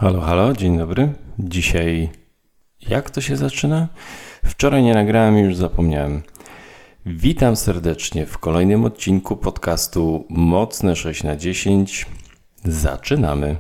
Halo, halo, dzień dobry. Dzisiaj jak to się zaczyna? Wczoraj nie nagrałem i już zapomniałem. Witam serdecznie w kolejnym odcinku podcastu Mocne 6x10. Zaczynamy.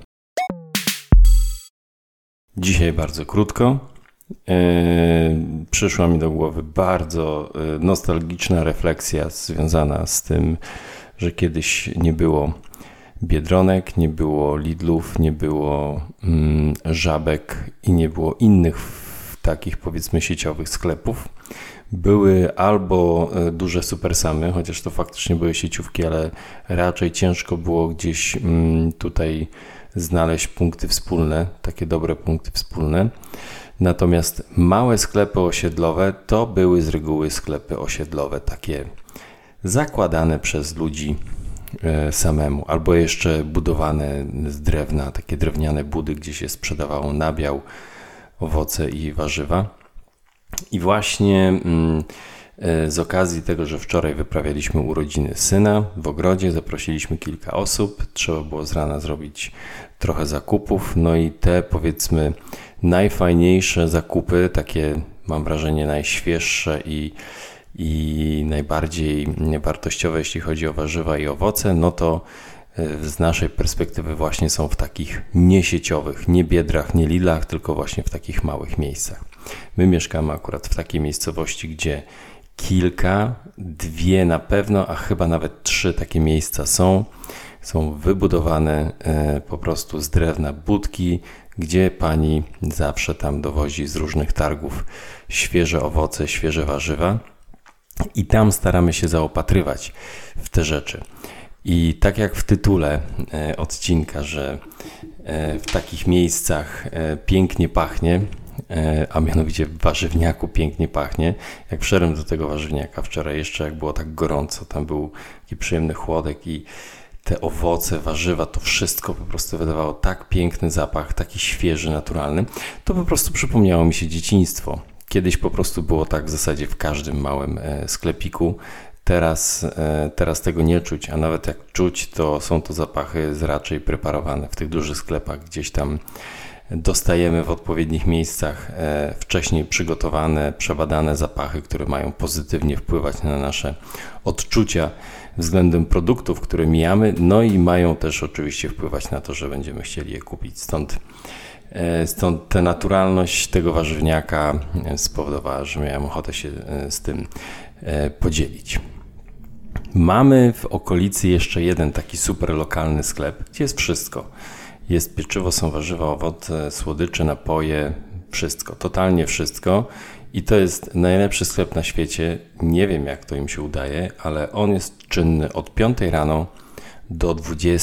Dzisiaj bardzo krótko. Przyszła mi do głowy bardzo nostalgiczna refleksja związana z tym, że kiedyś nie było Biedronek, nie było Lidlów, nie było Żabek i nie było innych takich powiedzmy sieciowych sklepów. Były albo duże Supersamy, chociaż to faktycznie były sieciówki, ale raczej ciężko było gdzieś tutaj znaleźć punkty wspólne, takie dobre punkty wspólne. Natomiast małe sklepy osiedlowe to były z reguły sklepy osiedlowe, takie zakładane przez ludzi samemu, albo jeszcze budowane z drewna, takie drewniane budy, gdzie się sprzedawało nabiał, owoce i warzywa. I właśnie z okazji tego, że wczoraj wyprawialiśmy urodziny syna w ogrodzie, zaprosiliśmy kilka osób, trzeba było z rana zrobić trochę zakupów, no i te powiedzmy najfajniejsze zakupy, takie mam wrażenie najświeższe i najbardziej wartościowe, jeśli chodzi o warzywa i owoce, no to z naszej perspektywy właśnie są w takich niesieciowych, nie Biedrach, nie Lidlach, tylko właśnie w takich małych miejscach. My mieszkamy akurat w takiej miejscowości, gdzie dwie na pewno, a chyba nawet 3 takie miejsca są wybudowane po prostu z drewna budki, gdzie pani zawsze tam dowozi z różnych targów świeże owoce, świeże warzywa. I tam staramy się zaopatrywać w te rzeczy. I tak jak w tytule odcinka, że w takich miejscach pięknie pachnie, a mianowicie w warzywniaku pięknie pachnie. Jak wszedłem do tego warzywniaka wczoraj jeszcze, jak było tak gorąco, tam był taki przyjemny chłodek i te owoce, warzywa, to wszystko po prostu wydawało tak piękny zapach, taki świeży, naturalny. To po prostu przypomniało mi się dzieciństwo. Kiedyś po prostu było tak w zasadzie w każdym małym sklepiku. Teraz tego nie czuć, a nawet jak czuć, to są to zapachy raczej preparowane w tych dużych sklepach. Gdzieś tam dostajemy w odpowiednich miejscach wcześniej przygotowane, przebadane zapachy, które mają pozytywnie wpływać na nasze odczucia względem produktów, które mijamy, no i mają też oczywiście wpływać na to, że będziemy chcieli je kupić. Stąd ta naturalność tego warzywniaka spowodowała, że miałem ochotę się z tym podzielić. Mamy w okolicy jeszcze jeden taki super lokalny sklep, gdzie jest wszystko. Jest pieczywo, są warzywa, owoce, słodycze, napoje, wszystko, totalnie wszystko. I to jest najlepszy sklep na świecie. Nie wiem, jak to im się udaje, ale on jest czynny od 5 rano do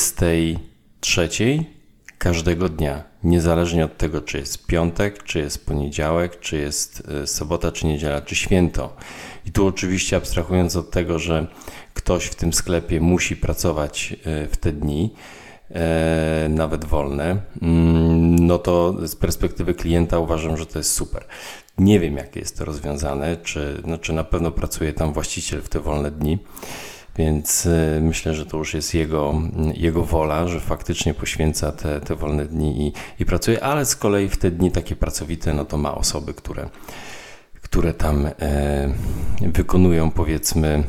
23 każdego dnia, niezależnie od tego, czy jest piątek, czy jest poniedziałek, czy jest sobota, czy niedziela, czy święto. I tu oczywiście abstrahując od tego, że ktoś w tym sklepie musi pracować w te dni, nawet wolne, no to z perspektywy klienta uważam, że to jest super. Nie wiem, jak jest to rozwiązane, czy na pewno pracuje tam właściciel w te wolne dni, więc myślę, że to już jest jego wola, że faktycznie poświęca te wolne dni i pracuje, ale z kolei w te dni takie pracowite, no to ma osoby, które tam wykonują, powiedzmy,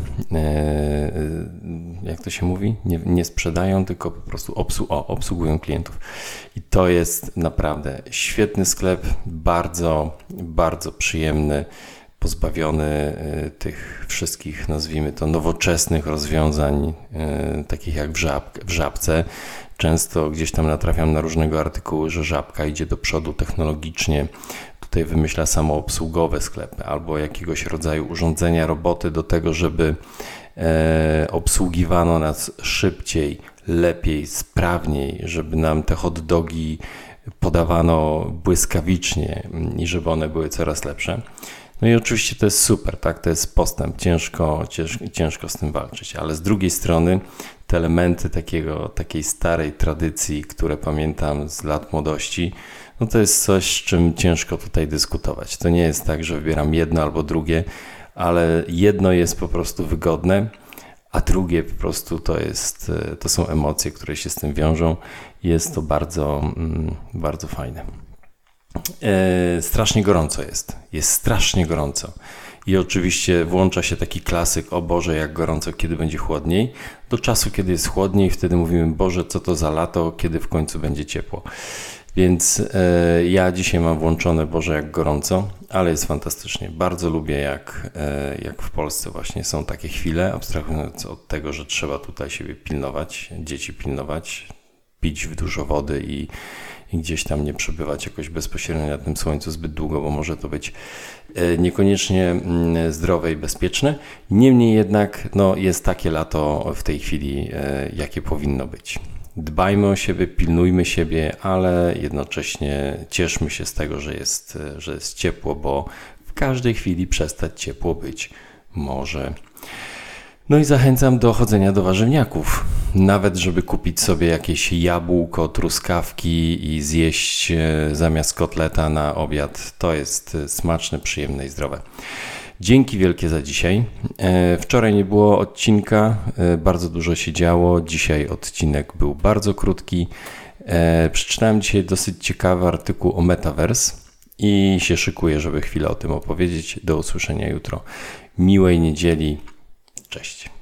jak to się mówi, nie sprzedają, tylko po prostu obsługują klientów. I to jest naprawdę świetny sklep, bardzo, bardzo przyjemny, pozbawiony tych wszystkich, nazwijmy to, nowoczesnych rozwiązań, takich jak w Żabce. Często gdzieś tam natrafiam na różnego artykuły, że Żabka idzie do przodu technologicznie, tutaj wymyśla samoobsługowe sklepy albo jakiegoś rodzaju urządzenia, roboty do tego, żeby obsługiwano nas szybciej, lepiej, sprawniej, żeby nam te hot dogi podawano błyskawicznie i żeby one były coraz lepsze. No i oczywiście to jest super, tak? To jest postęp, ciężko z tym walczyć, ale z drugiej strony te elementy takiej starej tradycji, które pamiętam z lat młodości, no to jest coś, z czym ciężko tutaj dyskutować. To nie jest tak, że wybieram jedno albo drugie, ale jedno jest po prostu wygodne, a drugie po prostu to są emocje, które się z tym wiążą. Jest to bardzo, bardzo fajne. Strasznie gorąco jest strasznie gorąco. I oczywiście włącza się taki klasyk, o Boże, jak gorąco, kiedy będzie chłodniej. Do czasu, kiedy jest chłodniej, wtedy mówimy, Boże, co to za lato, kiedy w końcu będzie ciepło. Więc ja dzisiaj mam włączone, Boże, jak gorąco, ale jest fantastycznie. Bardzo lubię, jak w Polsce właśnie są takie chwile, abstrahując od tego, że trzeba tutaj siebie pilnować, dzieci pilnować, pić dużo wody i gdzieś tam nie przebywać jakoś bezpośrednio na tym słońcu zbyt długo, bo może to być niekoniecznie zdrowe i bezpieczne. Niemniej jednak jest takie lato w tej chwili, jakie powinno być. Dbajmy o siebie, pilnujmy siebie, ale jednocześnie cieszmy się z tego, że jest ciepło, bo w każdej chwili przestać ciepło być może. No i zachęcam do chodzenia do warzywniaków. Nawet żeby kupić sobie jakieś jabłko, truskawki i zjeść zamiast kotleta na obiad. To jest smaczne, przyjemne i zdrowe. Dzięki wielkie za dzisiaj. Wczoraj nie było odcinka, bardzo dużo się działo. Dzisiaj odcinek był bardzo krótki. Przeczytałem dzisiaj dosyć ciekawy artykuł o Metaverse i się szykuję, żeby chwilę o tym opowiedzieć. Do usłyszenia jutro. Miłej niedzieli. Cześć.